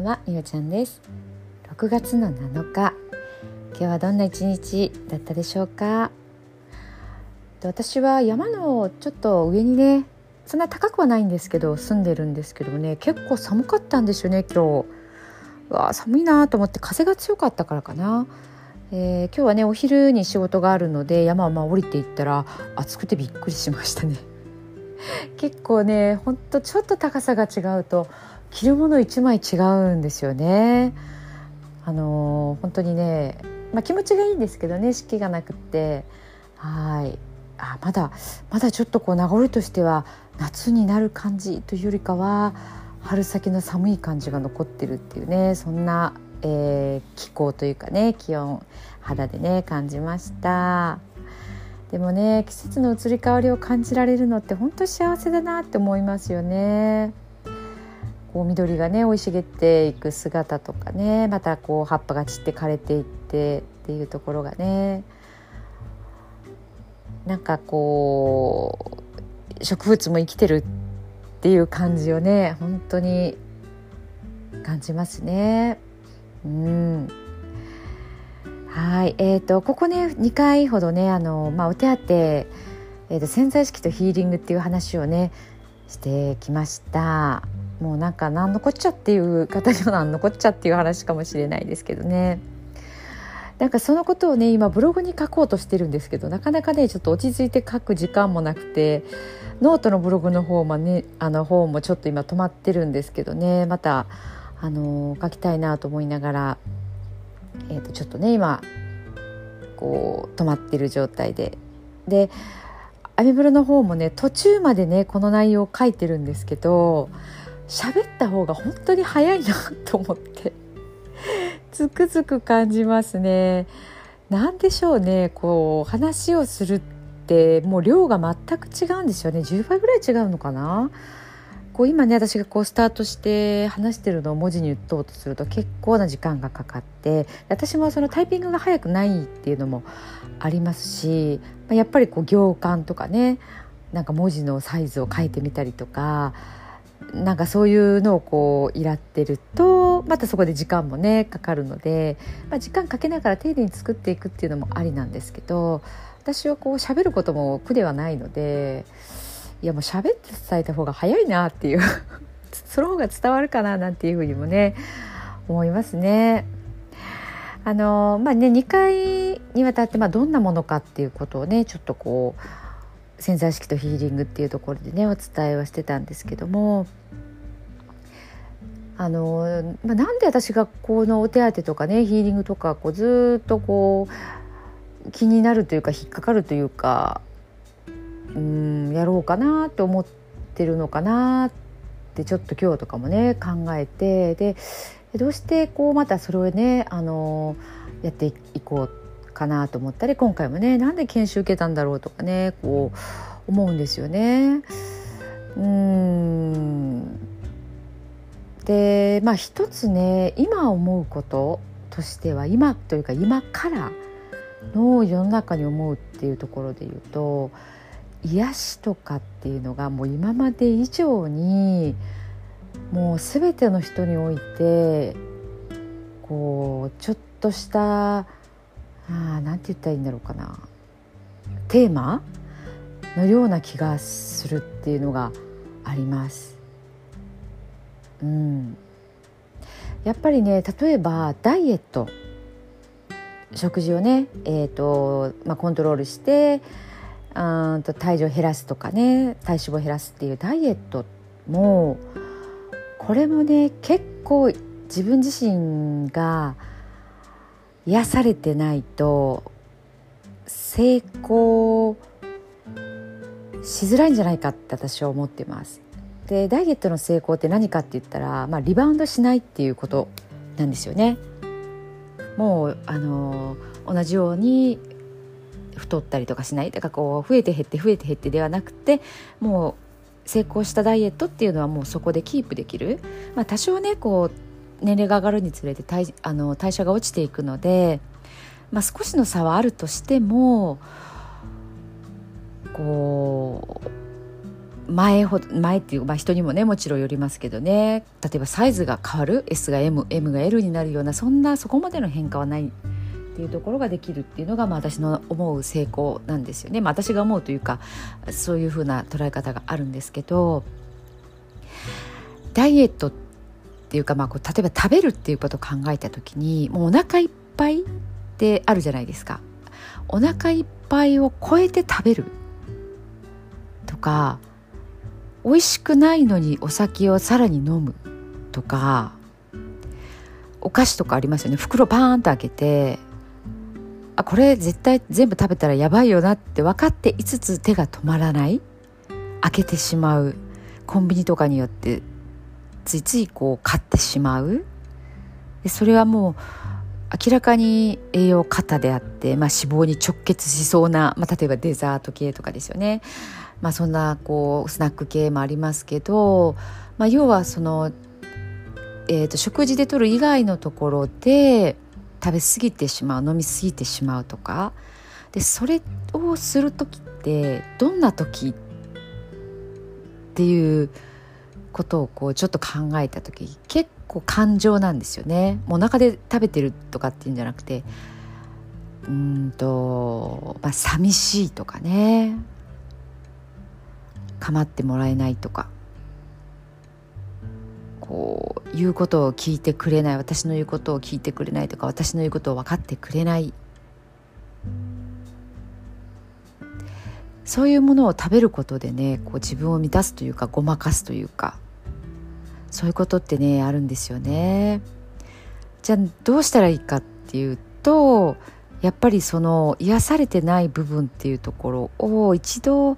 んは、みおちゃんです。6月の7日、今日はどんな一日だったでしょうか。私は山のちょっと上にね、そんな高くはないんですけど住んでるんですけどね、結構寒かったんですよね今日。寒いなと思って、風が強かったからかな。今日はねお昼に仕事があるので山を降りていったら暑くてびっくりしましたね。結構ね、ほんとちょっと高さが違うと着るもの一枚違うんですよね。本当にね、気持ちがいいんですけどね、湿気がなくってまだちょっと名残としては夏になる感じというよりかは春先の寒い感じが残ってるっていうね、そんな、気候というかね、気温肌でね感じました。でもね、季節の移り変わりを感じられるのって本当幸せだなって思いますよね。緑がね生い茂っていく姿とかね、また葉っぱが散って枯れていってっていうところがね、なんか植物も生きてるっていう感じをね本当に感じますね。はい、ここね2回ほどねお手当、潜在意識とヒーリングっていう話をねしてきました。もうなんのこっちゃっていう方にはなんのこっちゃっていう話かもしれないですけどね。そのことをね今ブログに書こうとしてるんですけど、なかなかねちょっと落ち着いて書く時間もなくて、ノートのブログの方もね方もちょっと今止まってるんですけどね、また書きたいなと思いながら、ちょっとね今止まってる状態でアメブロの方もね途中までねこの内容を書いてるんですけど、喋った方が本当に早いなと思ってつくづく感じますね。なんでしょうね、話をするってもう量が全く違うんですよね。10倍ぐらい違うのかな。今ね私がスタートして話してるのを文字に打とうとすると結構な時間がかかって、私もそのタイピングが早くないっていうのもありますし、やっぱり行間とかね、文字のサイズを変えてみたりとか、そういうのをいらってるとまたそこで時間もねかかるので、時間かけながら丁寧に作っていくっていうのもありなんですけど、私は喋ることも苦ではないので、いやもう喋って伝えた方が早いなっていうその方が伝わるかななんていうふうにもね思いますね。2回にわたってどんなものかっていうことをねちょっと潜在意識とヒーリングっていうところでねお伝えはしてたんですけども、なんで私がこのお手当とかねヒーリングとかずっと気になるというか引っかかるというかやろうかなって思ってるのかなってちょっと今日とかもね考えて、でどうしてまたそれをねやっていこうかなと思ったり、今回もねなんで研修受けたんだろうとかね思うんですよね。で一つね今思うこととしては、今というか今からの世の中に思うっていうところで言うと、癒しとかっていうのがもう今まで以上にもう全ての人においてちょっとしたなんて言ったらいいんだろうかな、テーマのような気がするっていうのがあります。やっぱりね、例えばダイエット、食事をね、コントロールして体重を減らすとかね、体脂肪を減らすっていうダイエットも、これもね結構自分自身が癒されてないと成功しづらいんじゃないかって私は思ってます。でダイエットの成功って何かって言ったら、リバウンドしないっていうことなんですよね。もう同じように太ったりとかしない、だから増えて減って増えて減ってではなくて、もう成功したダイエットっていうのはもうそこでキープできる。多少ね年齢が上がるにつれて代謝が落ちていくので、少しの差はあるとしても前っていう、人にもねもちろんよりますけどね、例えばサイズが変わる S が M、M が L になるようなそこまでの変化はないっていうところができるっていうのが、私の思う成功なんですよね。私が思うというかそういう風な捉え方があるんですけど、ダイエットっていうか、例えば食べるっていうことを考えた時に、もうお腹いっぱいってあるじゃないですか。お腹いっぱいを超えて食べるとか、美味しくないのにお酒をさらに飲むとか、お菓子とかありますよね。袋バーンと開けて、これ絶対全部食べたらやばいよなって分かっていつつ手が止まらない、開けてしまう、コンビニとかによってついつい買ってしまう。でそれはもう明らかに栄養過多であって、脂肪に直結しそうな、例えばデザート系とかですよね。そんなスナック系もありますけど、要はその、食事で摂る以外のところで食べ過ぎてしまう、飲み過ぎてしまうとかで、それをする時ってどんな時っていうことをちょっと考えた時、結構感情なんですよね。もうお腹で食べてるとかっていうんじゃなくて、寂しいとかね、構ってもらえないとか、言うことを聞いてくれない、私の言うことを聞いてくれないとか、私の言うことを分かってくれない、そういうものを食べることでね、自分を満たすというか、ごまかすというか、そういうことってねあるんですよね。じゃあどうしたらいいかっていうと、やっぱりその癒されてない部分っていうところを一度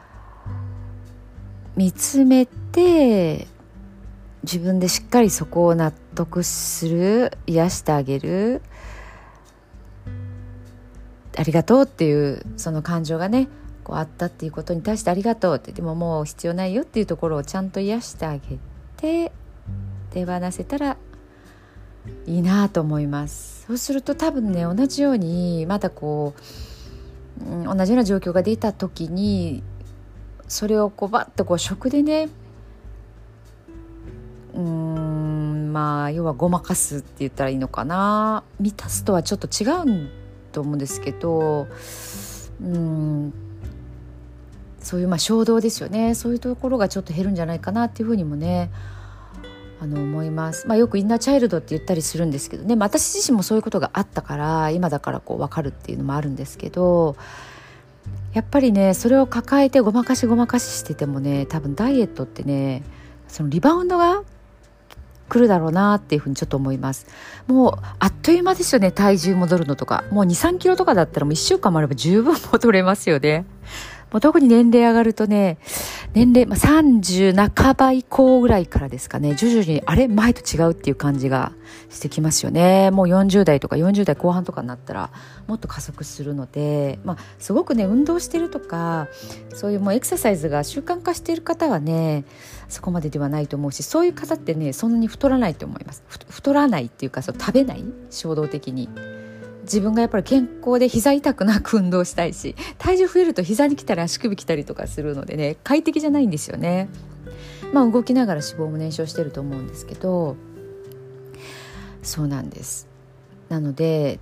見つめて、自分でしっかりそこを納得する、癒してあげる、ありがとうっていうその感情がねあったっていうことに対してありがとうって、でももう必要ないよっていうところをちゃんと癒してあげて手放せたらいいなと思います。そうすると多分ね、同じようにまた同じような状況が出た時に、それをバッと食でね、要はごまかすって言ったらいいのかな、満たすとはちょっと違うと思うんですけど、そういう衝動ですよね。そういうところがちょっと減るんじゃないかなっていうふうにもね思います。よくインナーチャイルドって言ったりするんですけどね、私自身もそういうことがあったから今だから分かるっていうのもあるんですけど、やっぱりねそれを抱えてごまかししててもね、多分ダイエットってね、そのリバウンドが来るだろうなっていうふうにちょっと思います。もうあっという間ですよね、体重戻るのとか。もう 2,3 キロとかだったらもう1週間もあれば十分戻れますよね。もう特に年齢上がるとね、30半ば以降ぐらいからですかね、徐々に前と違うっていう感じがしてきますよね。もう40代とか40代後半とかになったらもっと加速するので、すごくね運動してるとか、そういうもうエクササイズが習慣化している方はねそこまでではないと思うし、そういう方ってねそんなに太らないと思います。太らないっていうか、食べない、衝動的に自分がやっぱり健康で膝痛くなく運動したいし、体重増えると膝に来たり足首来たりとかするのでね、快適じゃないんですよね。動きながら脂肪も燃焼してると思うんですけど、そうなんです。なので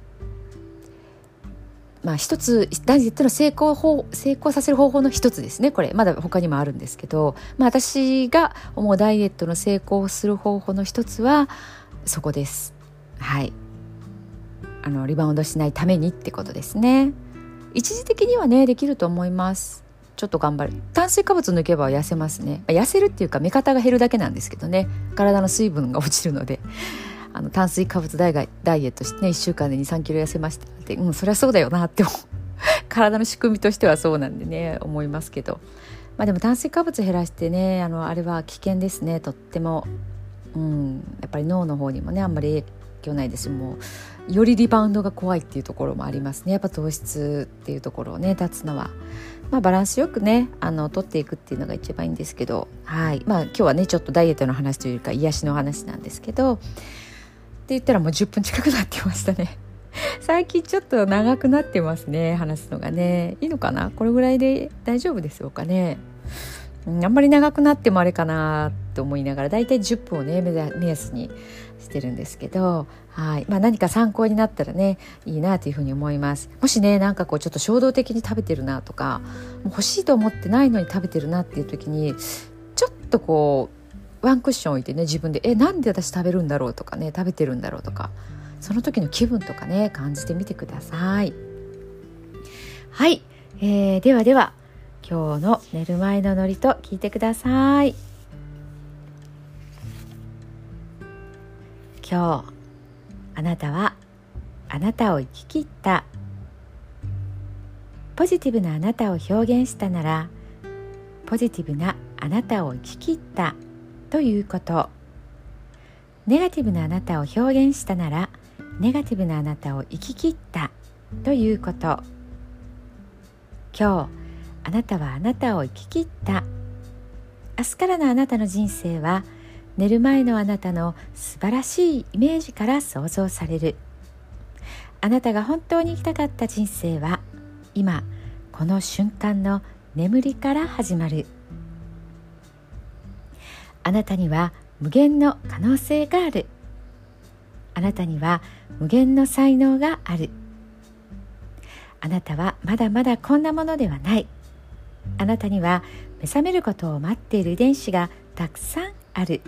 一つダイエットの成功させる方法の一つですね。これまだ他にもあるんですけど、私が思うダイエットの成功する方法の一つはそこです。はい、リバウンドしないためにってことですね。一時的にはねできると思います。ちょっと頑張る。炭水化物抜けば痩せますね。痩せるっていうか目方が減るだけなんですけどね、体の水分が落ちるので、炭水化物ダイエットしてね1週間で 2,3 キロ痩せましたって、そりゃそうだよなって体の仕組みとしてはそうなんでね思いますけど、でも炭水化物減らしてね、あれは危険ですね、とっても。やっぱり脳の方にもねあんまり影響ないですし、もうよりリバウンドが怖いっていうところもありますね。やっぱ糖質っていうところをね断つのは、バランスよくね取っていくっていうのが一番いいんですけど、今日はねちょっとダイエットの話というか癒しの話なんですけど、って言ったらもう10分近くなってましたね。最近ちょっと長くなってますね、話すのがね。いいのかな、これぐらいで大丈夫でしょうかね。 あんまり長くなってもあれかなと思いながら、だいたい10分をね目安にしてるんですけど、はい、何か参考になったらねいいなというふうに思います。もしねなんかちょっと衝動的に食べてるなとか、もう欲しいと思ってないのに食べてるなっていう時に、ちょっとワンクッション置いてね、自分でなんで私食べるんだろうとかね、食べてるんだろうとか、その時の気分とかね感じてみてください。はい、ではでは今日の寝る前の祝詞聞いてください。今日あなたはあなたを生き切った。ポジティブなあなたを表現したなら、ポジティブなあなたを生き切ったということ。ネガティブなあなたを表現したなら、ネガティブなあなたを生き切ったということ。今日あなたはあなたを生き切った。明日からのあなたの人生は、寝る前のあなたの素晴らしいイメージから想像される。あなたが本当に生きたかった人生は、今この瞬間の眠りから始まる。あなたには無限の可能性がある。あなたには無限の才能がある。あなたはまだまだこんなものではない。あなたには目覚めることを待っている遺伝子がたくさんある。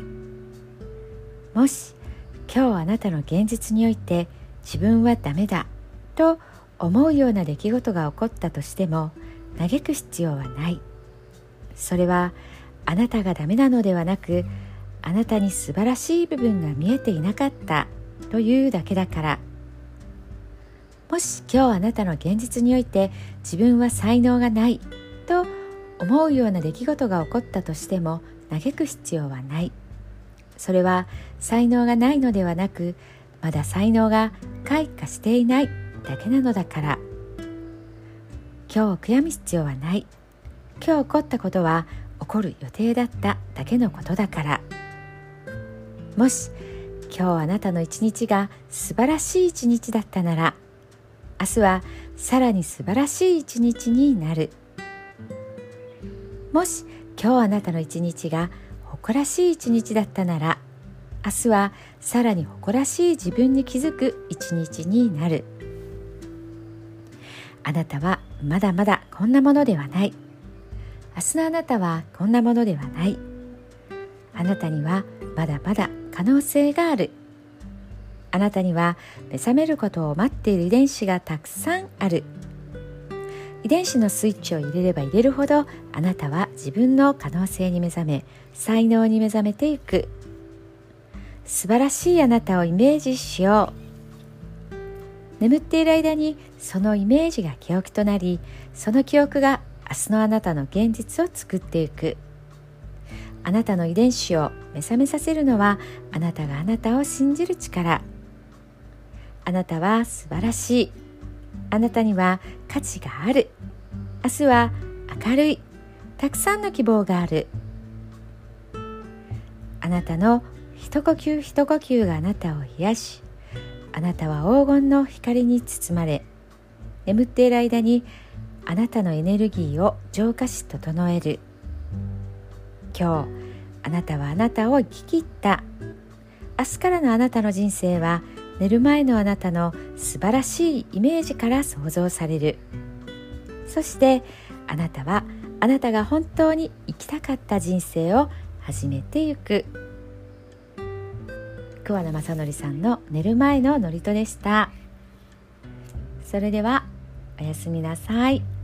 もし今日あなたの現実において自分はダメだと思うような出来事が起こったとしても、嘆く必要はない。それはあなたがダメなのではなく、あなたに素晴らしい部分が見えていなかったというだけだから。もし今日あなたの現実において自分は才能がないと思うような出来事が起こったとしても、嘆く必要はない。それは才能がないのではなく、まだ才能が開花していないだけなのだから。今日悔やむ必要はない。今日起こったことは起こる予定だっただけのことだから。もし今日あなたの一日が素晴らしい一日だったなら、明日はさらに素晴らしい一日になる。もし今日あなたの一日が誇らしい一日だったなら、明日はさらに誇らしい自分に気づく一日になる。あなたはまだまだこんなものではない。明日のあなたはこんなものではない。あなたにはまだまだ可能性がある。あなたには目覚めることを待っている遺伝子がたくさんある。遺伝子のスイッチを入れれば入れるほど、あなたは自分の可能性に目覚め、才能に目覚めていく。素晴らしいあなたをイメージしよう。眠っている間にそのイメージが記憶となり、その記憶が明日のあなたの現実を作っていく。あなたの遺伝子を目覚めさせるのは、あなたがあなたを信じる力。あなたは素晴らしい。あなたには価値がある。明日は明るい。たくさんの希望がある。あなたの一呼吸一呼吸があなたを癒し、あなたは黄金の光に包まれ、眠っている間にあなたのエネルギーを浄化し整える。今日あなたはあなたを生き切った。明日からのあなたの人生は、寝る前のあなたの素晴らしいイメージから想像される。そしてあなたはあなたが本当に生きたかった人生を始めていく。桑名正則さんの寝る前の祝詞でした。それではおやすみなさい。